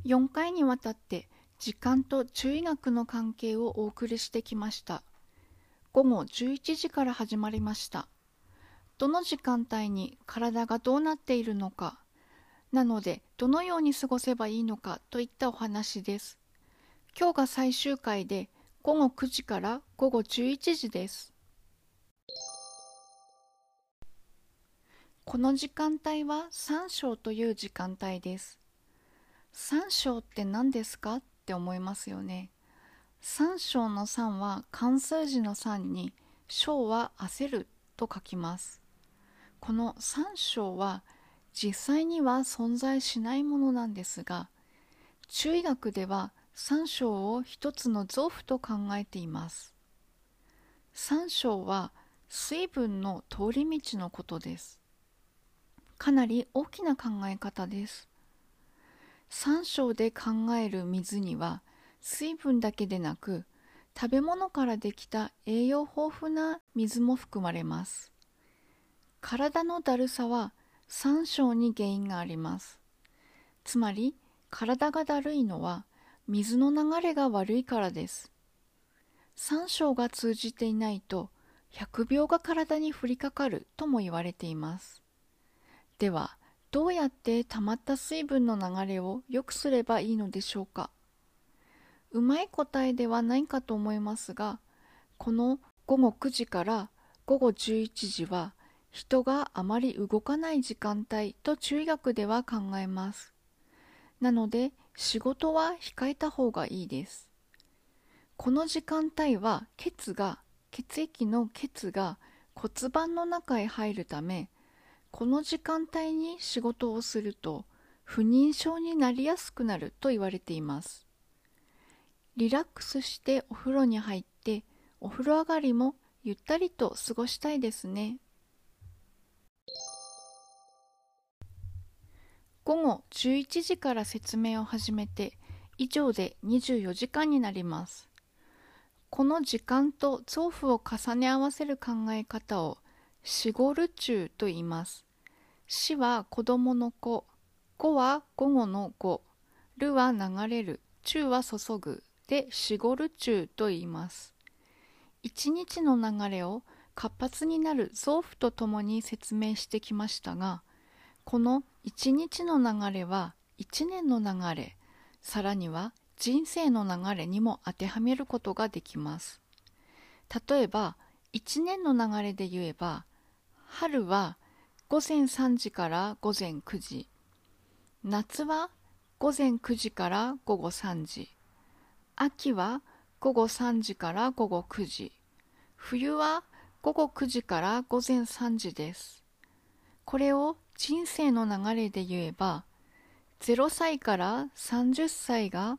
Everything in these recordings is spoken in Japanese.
4回にわたって時間と中医学の関係をお送りしてきました。午後11時から始まりました。どの時間帯に体がどうなっているのか、なのでどのように過ごせばいいのかといったお話です。今日が最終回で午後9時から午後11時です。この時間帯は三章という時間帯です。三章って何ですかって思いますよね。三章の三は漢数字の三に章は焦ると書きます。この三章は実際には存在しないものなんですが、中医学では三章を一つの臓腑と考えています。三章は水分の通り道のことです。かなり大きな考え方です。三章で考える水には水分だけでなく食べ物からできた栄養豊富な水も含まれます。体のだるさは三章に原因があります。つまり体がだるいのは水の流れが悪いからです。三章が通じていないと百病が体に降りかかるとも言われています。ではどうやって溜まった水分の流れを良くすればいいのでしょうか。うまい答えではないかと思いますが、この午後9時から午後11時は人があまり動かない時間帯と中医学では考えます。なので仕事は控えた方がいいです。この時間帯は血液の血が骨盤の中へ入るため、この時間帯に仕事をすると不妊症になりやすくなると言われています。リラックスしてお風呂に入ってお風呂上がりもゆったりと過ごしたいですね。午後11時から説明を始めて以上で24時間になります。この時間と臓腑を重ね合わせる考え方を死後流中と言います。死は子供の子、後は午後の後、流は流れる、中は注ぐで死後流中と言います。一日の流れを活発になる臓腑とともに説明してきましたが、この一日の流れは一年の流れ、さらには人生の流れにも当てはめることができます。例えば一年の流れで言えば、春は午前3時から午前9時、夏は午前9時から午後3時、秋は午後3時から午後9時、冬は午後9時から午前3時です。これを人生の流れで言えば、0歳から30歳が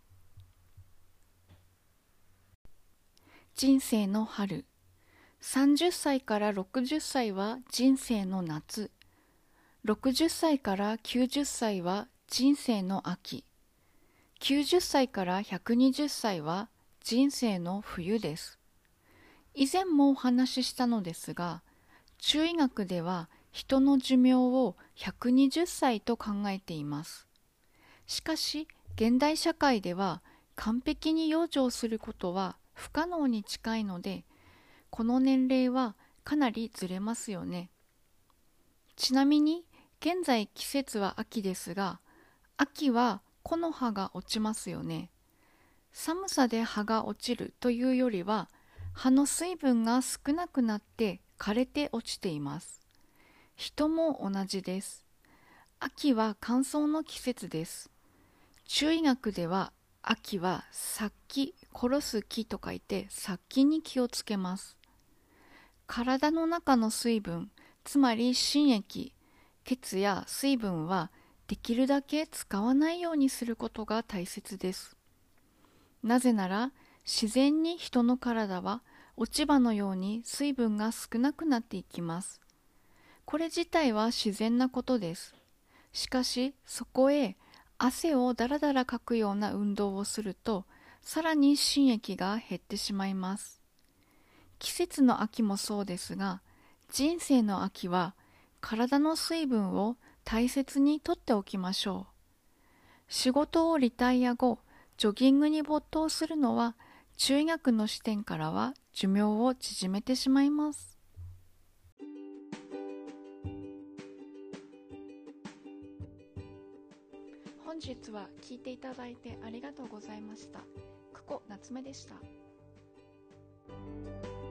人生の春、30歳から60歳は人生の夏、60歳から90歳は人生の秋、90歳から120歳は人生の冬です。以前もお話ししたのですが、中医学では人の寿命を120歳と考えています。しかし、現代社会では完璧に養生することは不可能に近いので、この年齢はかなりずれますよね。ちなみに、現在季節は秋ですが、秋は木の葉が落ちますよね。寒さで葉が落ちるというよりは、葉の水分が少なくなって枯れて落ちています。人も同じです。秋は乾燥の季節です。中医学では秋は殺気、殺す気と書いて殺気に気をつけます。体の中の水分、つまり心液、血や水分はできるだけ使わないようにすることが大切です。なぜなら自然に人の体は落ち葉のように水分が少なくなっていきます。これ自体は自然なことです。しかしそこへ汗をだらだらかくような運動をすると、さらに心液が減ってしまいます。季節の秋もそうですが、人生の秋は体の水分を大切にとっておきましょう。 仕事をリタイア後、ジョギングに没頭するのは、中医学の視点からは寿命を縮めてしまいます。本日は聞いていただいてありがとうございました。久保夏目でした。